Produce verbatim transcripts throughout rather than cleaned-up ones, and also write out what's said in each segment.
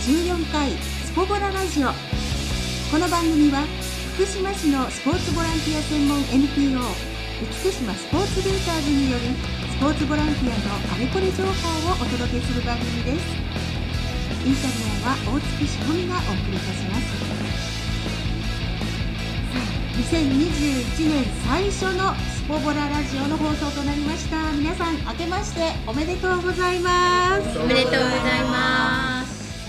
じゅうよんかいスポボララジオ。この番組は福島市のスポーツボランティア専門 エヌピーオー 生島スポーツルーターズによるスポーツボランティアのあれこれ情報をお届けする番組です。インタビュアーは大月しのみがお送りいたします。さあ、にせんにじゅういちねん最初のスポボララジオの放送となりました。皆さん明けましておめでとうございます。 おめでとうございます。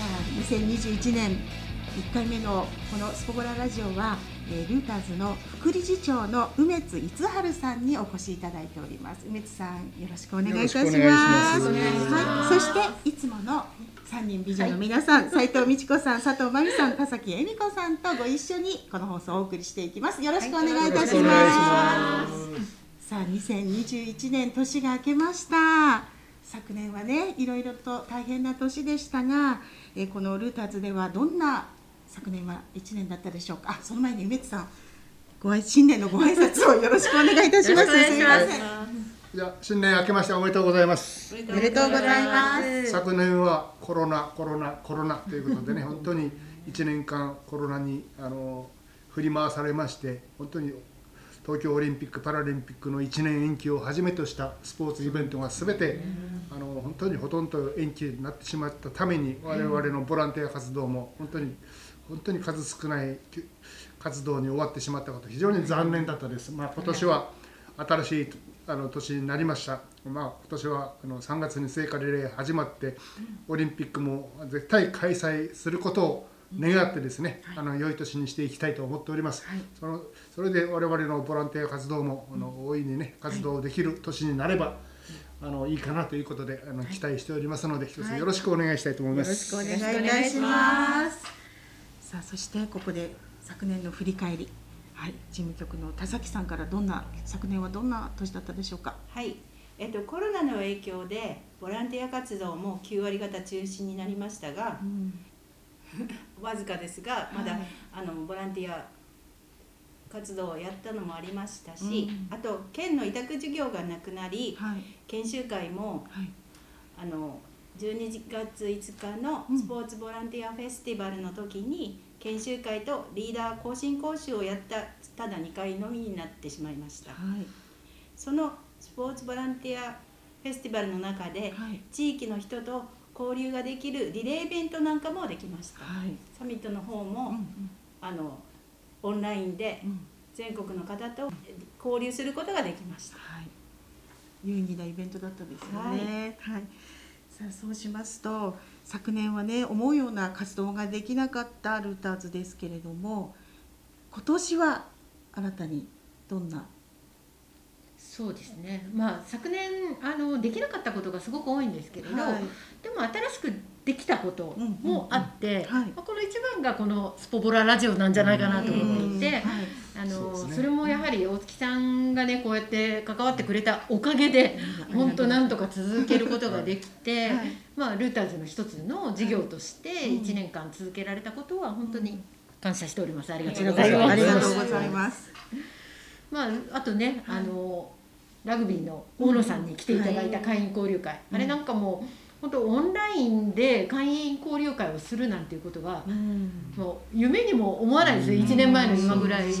さあ、にせんにじゅういちねんいっかいめのこのスポボララジオは、えー、ルーターズの副理事長の梅津逸治さんにお越しいただいております。梅津さん、よろしくお願いいたします。はい、そしていつものさんにん美女の皆さん、はい、斉藤美智子さん、佐藤真美さん、田崎恵美子さんとご一緒にこの放送をお送りしていきます。よろしくお願いいたします。はい、さあ、にせんにじゅういちねん年が明けました。昨年はね、いろいろと大変な年でしたが、えー、このルーターズではどんな昨年はいちねんだったでしょうか。あ、その前に梅津さん、ご新年のご挨拶をよろしくお願いいたします。すみません。 じゃあ新年明けましておめでとうございます。 おめでとうございます。 昨年はコロナコロナコロナということでね本当にいちねんかんコロナにあの振り回されまして、本当に東京オリンピック・パラリンピックのいちねん延期をはじめとしたスポーツイベントがすべてあの本当にほとんど延期になってしまったために、我々のボランティア活動も本当に本当に数少ない活動に終わってしまったこと、非常に残念だったです。まあ、今年は新しいあの年になりました。まあ、今年はあのさんがつに聖火リレー始まって、オリンピックも絶対開催することを願ってですね、はい、あの良い年にしていきたいと思っております。はい、そのそれで我々のボランティア活動も、うん、あの大いにね活動できる年になれば、はい、あのいいかなということであの、はい、期待しておりますので、一つよろしくお願いしたいと思います。 はい、よろしくお願いいたします。さあ、そしてここで昨年の振り返り、はい、事務局の田崎さんからどんな昨年はどんな年だったでしょうか。 はい、えっと、コロナの影響でボランティア活動もきゅうわりがた中止になりましたが、うん、わずかですがまだ、はい、あのボランティア活動をやったのもありましたし、うん、あと県の委託事業がなくなり、はい、研修会も、はい、あのじゅうにがついつかのスポーツボランティアフェスティバルの時に、うん、研修会とリーダー更新講習をやったただにかいのみになってしまいました。はい、そのスポーツボランティアフェスティバルの中で、はい、地域の人と交流ができるリレーイベントなんかもできました。はい、サミットの方も、うんうん、あのオンラインで全国の方と交流することができました。はい、 有意義なイベントだったですよね。はいはい、さあ、そうしますと昨年はね思うような活動ができなかったルーターズですけれども、今年は新たにどんな。 そうですね、まあ、昨年あのできなかったことがすごく多いんですけれど、はい、でも新しくできたこともあって、この一番がこのスポボララジオなんじゃないかなと思っていて、はい、あの そ, ね、それもやはり大月さんがねこうやって関わってくれたおかげで本当なんとか続けることができて、はい、まあ、ルーターズの一つの事業としていちねんかん続けられたことは本当に感謝しております。ありがとうございます。 ありがとうございます。 まあ、あとね、あのラグビーの大野さんに来ていただいた会員交流会、はい、あれなんかも本当オンラインで会員交流会をするなんていうことは、うん、もう夢にも思わないです、うん、いちねんまえの今ぐらいは。うん、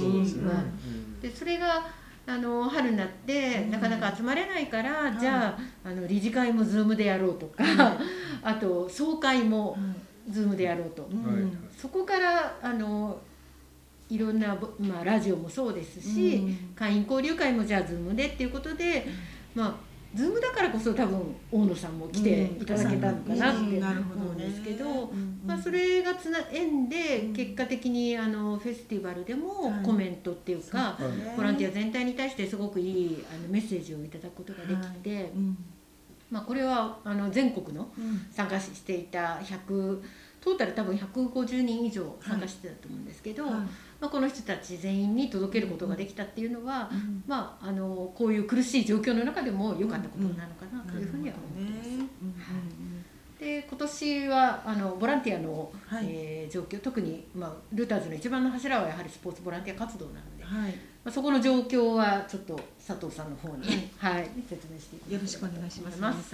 でそれがあの春になってなかなか集まれないから、うん、じゃあ、あの理事会も Zoom でやろうとか、うん、あと総会も Zoom でやろうと、うん、そこからあのいろんな、まあ、ラジオもそうですし、うん、会員交流会もじゃあ Zoom でっていうことで、うん、まあ Zoom だからこそ多分大野さんも来ていただけたのかなって思うんですけど、まあ、それがつな縁で結果的にあのフェスティバルでもコメントっていうか、はい、ボランティア全体に対してすごくいいあのメッセージをいただくことができて、はい、まあ、これはあの全国の参加していたひゃくトータル多分ひゃくごじゅうにん以上参加してたと思うんですけど、はい、まあ、この人たち全員に届けることができたっていうのは、うん、まあ、あのこういう苦しい状況の中でも良かったことなのかなというふうには思ってます。うんうん、で今年はあのボランティアの、はい、えー、状況、特に、まあ、ルーターズの一番の柱はやはりスポーツボランティア活動なので、はい、まあ、そこの状況はちょっと佐藤さんの方に、はいはい、説明していただきたいと思います。 よろしくお願いします。皆さん、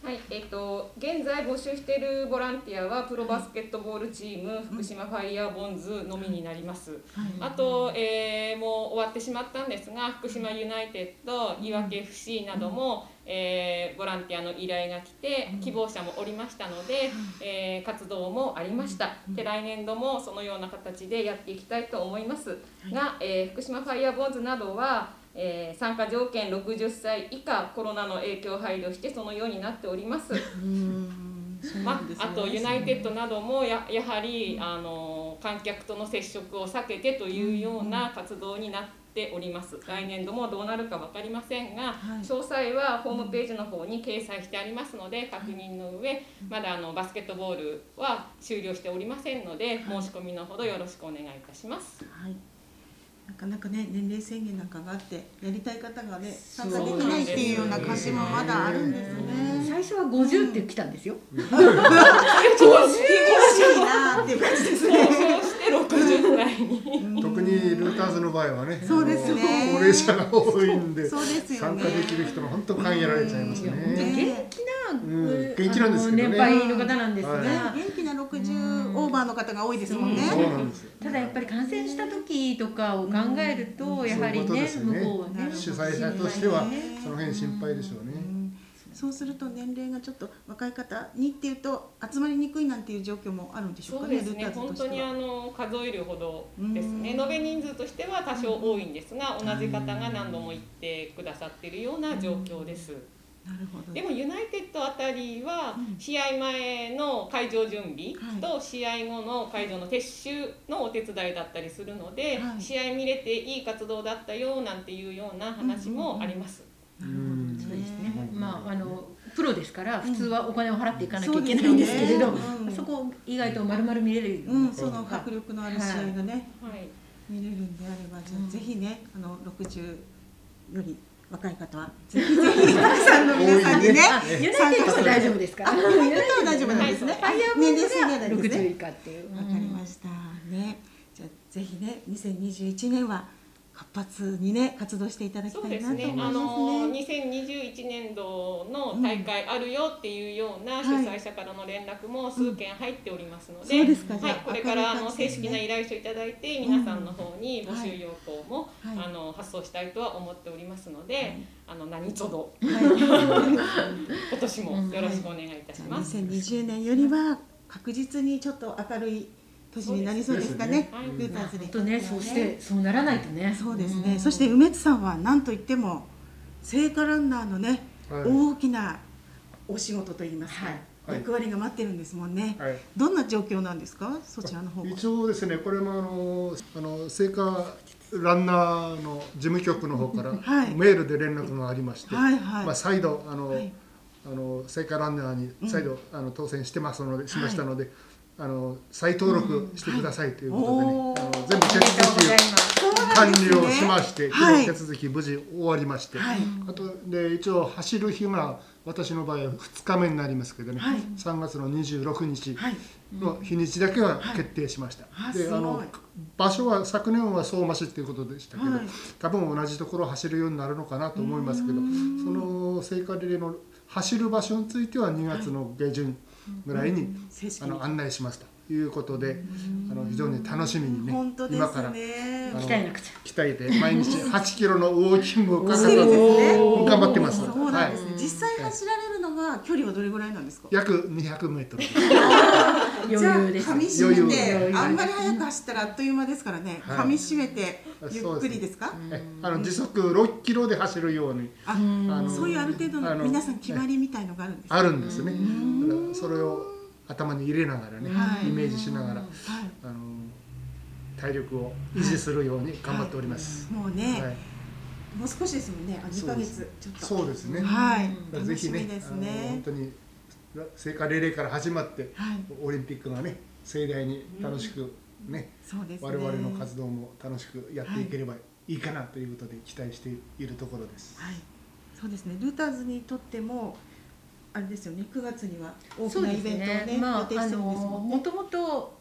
はい、えっと、現在募集しているボランティアはプロバスケットボールチーム、福島ファイヤーボンズのみになります。はい、あと、えー、もう終わってしまったんですが、福島ユナイテッド、いわき エフシー なども、えー、ボランティアの依頼が来て希望者もおりましたので、えー、活動もありました。で、来年度もそのような形でやっていきたいと思いますが、えー、福島ファイヤーボンズなどはえー、参加条件ろくじゅっさい以下、コロナの影響を配慮してそのようになっております。まあとユナイテッドなども や, やはりあの観客との接触を避けてというような活動になっております。来年度もどうなるか分かりませんが、はい、詳細はホームページの方に掲載してありますので確認の上、まだあのバスケットボールは終了しておりませんので、申し込みのほどよろしくお願いいたします。 はい、なかなかね、年齢制限なんかがあってやりたい方がね参加できないっていうような感じもまだあるんですね。 最初はごじゅうって来たんですよ。 ごじゅう厳しいなっていう感じですね。 そうしてろくじゅっさいに特にルーターズの場合はね、 そうですね、 高齢者が多いんで、 そうですよね、 参加できる人が本当限られちゃいますね。 元気な、 うん、元気なんですけどね、 年配の方なんですが、はい、 元気なろくじゅうオーバーの方が多いですもんね。 そうなんですよ。 ただやっぱり感染した時とかを考えると、やはりね、向こうはね、 主催者としてはその辺心配でしょうね。 そうすると年齢がちょっと若い方にっていうと集まりにくいなんていう状況もあるんでしょうかね。 そうですね、本当にあの数えるほどですね。延べ人数としては多少多いんですが、同じ方が何度も行ってくださっているような状況です。 なるほど。 でもユナイテッドあたりは試合前の会場準備と試合後の会場の撤収のお手伝いだったりするので、はい、試合見れていい活動だったよなんていうような話もあります。 なるほどですね。 まああのプロですから普通はお金を払っていかなきゃいけないんですけれど、うん、そこを意外と丸々見れるような、 うん、その迫力のある試合がね、はい、見れるんであれば、じゃあぜひね、あのろくじゅうより若い方はぜひぜひたくさんの皆さんにね、 ユナイテッドは大丈夫ですか？ ユナイテッドは大丈夫なんですね。年齢制限はろくじゅう以下っていう。 わかりましたね。じゃあぜひね、にせんにじゅういちねんは活発にね活動していただきたいなと思いますね。 そうですね。あのにせんにじゅういちねんどの大会あるよっていうような主催者からの連絡も数件入っておりますので、はい、これからあの正式な依頼書いただいて皆さんの方に募集要項もあの発送したいとは思っておりますので、あの何卒今年もよろしくお願いいたします。 にせんにじゅうねんよりは確実にちょっと明るい年になりそうですかね。ルーターズで。 とね、そうしてそうならないとね。 そうですね。そして梅津さんは何といっても聖火ランナーのね、大きなお仕事といいますか、役割が待ってるんですもんね。どんな状況なんですか、そちらの方は。 一応ですね、これもあのあの聖火ランナーの事務局の方からメールで連絡がありまして、まあ再度あのあの聖火ランナーに再度あの当選してますのでしましたので。あの再登録してくださいということでね、うん、あの全部手続き完了しまして、昨日手続き無事終わりまして、はい、あとで一応走る日が私の場合はふつかめになりますけどね、はい、さんがつのにじゅうろくにちの日にちだけは決定しました。はい、であの場所は昨年は相馬市っていうことでしたけど、はい、多分同じところを走るようになるのかなと思いますけど、その聖火リレーの走る場所についてはにがつの下旬ぐらいに、うん、あの案内しますということで、あの非常に楽しみにね、今から鍛えなくちゃ鍛えて毎日はちキロのウォーキングを欠かさず頑張ってます。 そうなんですね。実際走られるのは距離はどれぐらいなんですか？ 約にひゃくメートル。 じゃあ噛み締めて、あんまり速く走ったらあっという間ですからね。噛み締めてゆっくりですか？ あの時速ろっキロで走るように、 あのそういうある程度の皆さん決まりみたいのがあるんですか？ あるんですね。それを頭に入れながらね、イメージしながら、あの体力を維持するように頑張っております。 もうね、もう少しですもんね。にかげつちょっと。 そうですね。 はい。 ぜひね、本当に聖火リレーから始まってオリンピックがね盛大に楽しくね、我々の活動も楽しくやっていければいいかなということで期待しているところです。 はい。そうですね。ルーターズにとってもあれですよね、くがつには大きなイベントをね、予定してるんですもんね。 もともと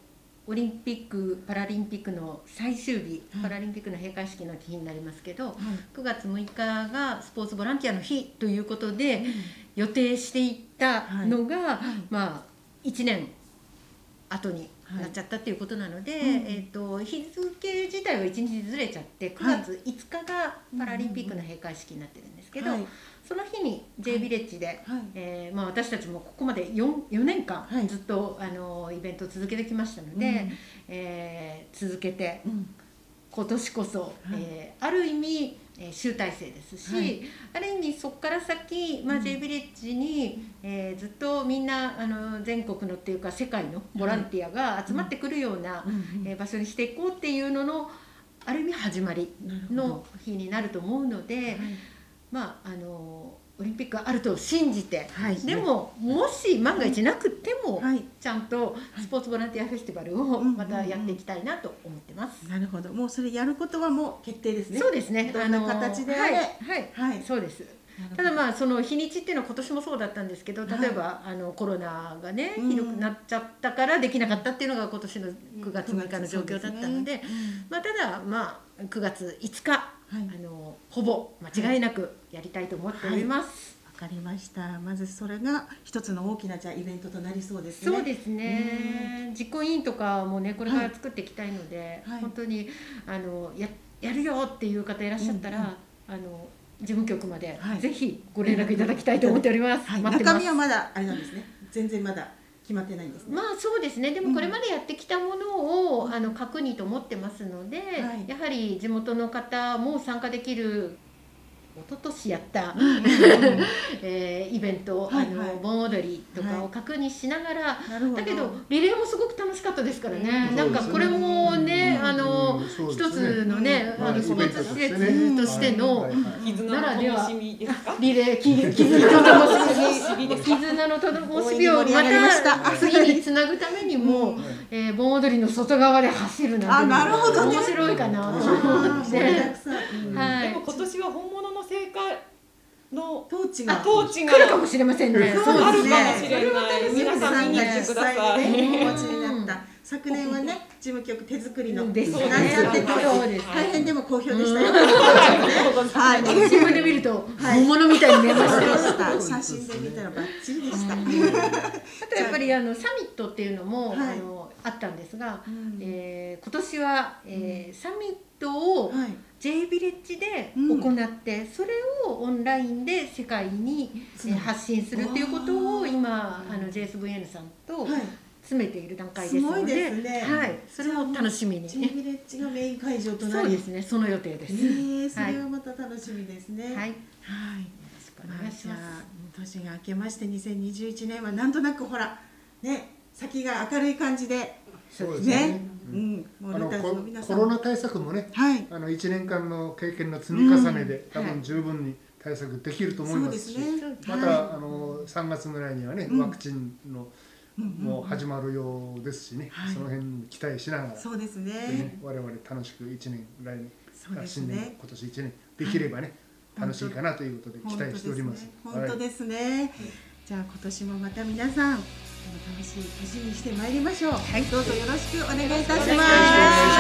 オリンピック・パラリンピックの最終日、 はい、 パラリンピックの閉会式の日になりますけど、 はい、 くがつむいかがスポーツボランティアの日ということで、うん、予定していたのが、はいはい、まあいちねん後になっちゃったっていうことなので、はい、えー、と日付自体はいちにちずれちゃってくがついつかがパラリンピックの閉会式になってるんですけど、はい、その日に J ビレッジで、はい、えーまあ、私たちもここまで 4, よねんかんずっと、はい、あのイベントを続けてきましたので、うん、えー、続けて、うん、今年こそ、はい、えー、ある意味えー、集大成ですし、はい、ある意味そこから先、まあ、J ビレッジに、うん、えー、ずっとみんなあの全国のっていうか世界のボランティアが集まってくるような、うん、えー、場所にしていこうっていうののある意味始まりの日になると思うので、はい、まああのオリンピックがあると信じて、はい、でももし万が一なくても、はい、ちゃんとスポーツボランティアフェスティバルをまたやっていきたいなと思ってます。 なるほど、もうそれやることはもう決定ですね。 そうですね、 どんな形であれ、 はいはいはい、そうです。ただまあその日にちっていうのは今年もそうだったんですけど、例えば、はい、あのコロナがねひどくなっちゃったからできなかったっていうのが今年のくがつむいかの状況だったので、うん、まあ、ただまあくがついつか、はい、あのほぼ間違いなくやりたいと思っております。 わかりました。まずそれが一つの大きなじゃあイベントとなりそうですね。 そうですね。実行委員とかもねこれから作っていきたいので、はい、本当にあの や, やるよっていう方いらっしゃったら、うんうん、あの事務局までぜひご連絡いただきたいと思っております。 はい、待ってます。中身はまだあれなんですね。全然まだ決まってないんですね。 まあそうですね。でもこれまでやってきたものを、うん、あの核にと思ってますので、はい、やはり地元の方も参加できる。一昨年やった、えー、イベント、はいはい、あの盆踊りとかを確認しながら、はい、だけどリレーもすごく楽しかったですからね、うん、なんかこれもね、うん、あの、うん、一つのね、うん、あのスポーツ施設としてのならではリレー絆の灯火絆の灯火をまた次につなぐためにも、うん、えー、盆踊りの外側で走るなんて面白いかなと思って、 はい、でも今年は本物の聖火のトーチがトーチが来るかもしれませんね。 そうあるかもしれない。皆さん見に来てください。 お持ちになった。昨年はね、事務局手作りのですね。 なんちゃって大変でも好評でしたよ。はい。自分で見ると本物みたいに見えました。写真で見たらバッチリでした。あとやっぱりあのサミットっていうのもあのあったんですが、え今年はえサミットを J ビレッジで行って、うん、それをオンラインで世界に、うん、発信するっていうことを今あの ジェイエスブイエヌ さんと詰めている段階ですので、 すごいですね、 はい、それも楽しみに、ね、 J ビレッジがメイン会場となり、 そうですね、その予定です。えー、それはまた楽しみですね。はい、はい、よろしくお願いします。まあ、 年が明けましてにせんにじゅういちねんはなんとなくほらね、先が明るい感じで、 そうですね。ね、 うん、もうルターズの皆さんコロナ対策もね、はい、あのいちねんかんの経験の積み重ねで、うん、多分十分に対策できると思いますし、はい、また、はい、あのさんがつぐらいにはね、うん、ワクチンの、うん、もう始まるようですしね、はい、その辺に期待しながら、 そうですね、 ね、我々楽しくいちねん来年、新年、今年いちねんできればね、はい、楽しいかなということで期待しております。 本当ですね。はい、じゃあ今年もまた皆さん楽しい年にしてまいりましょう。はい、どうぞよろしくお願いいたします。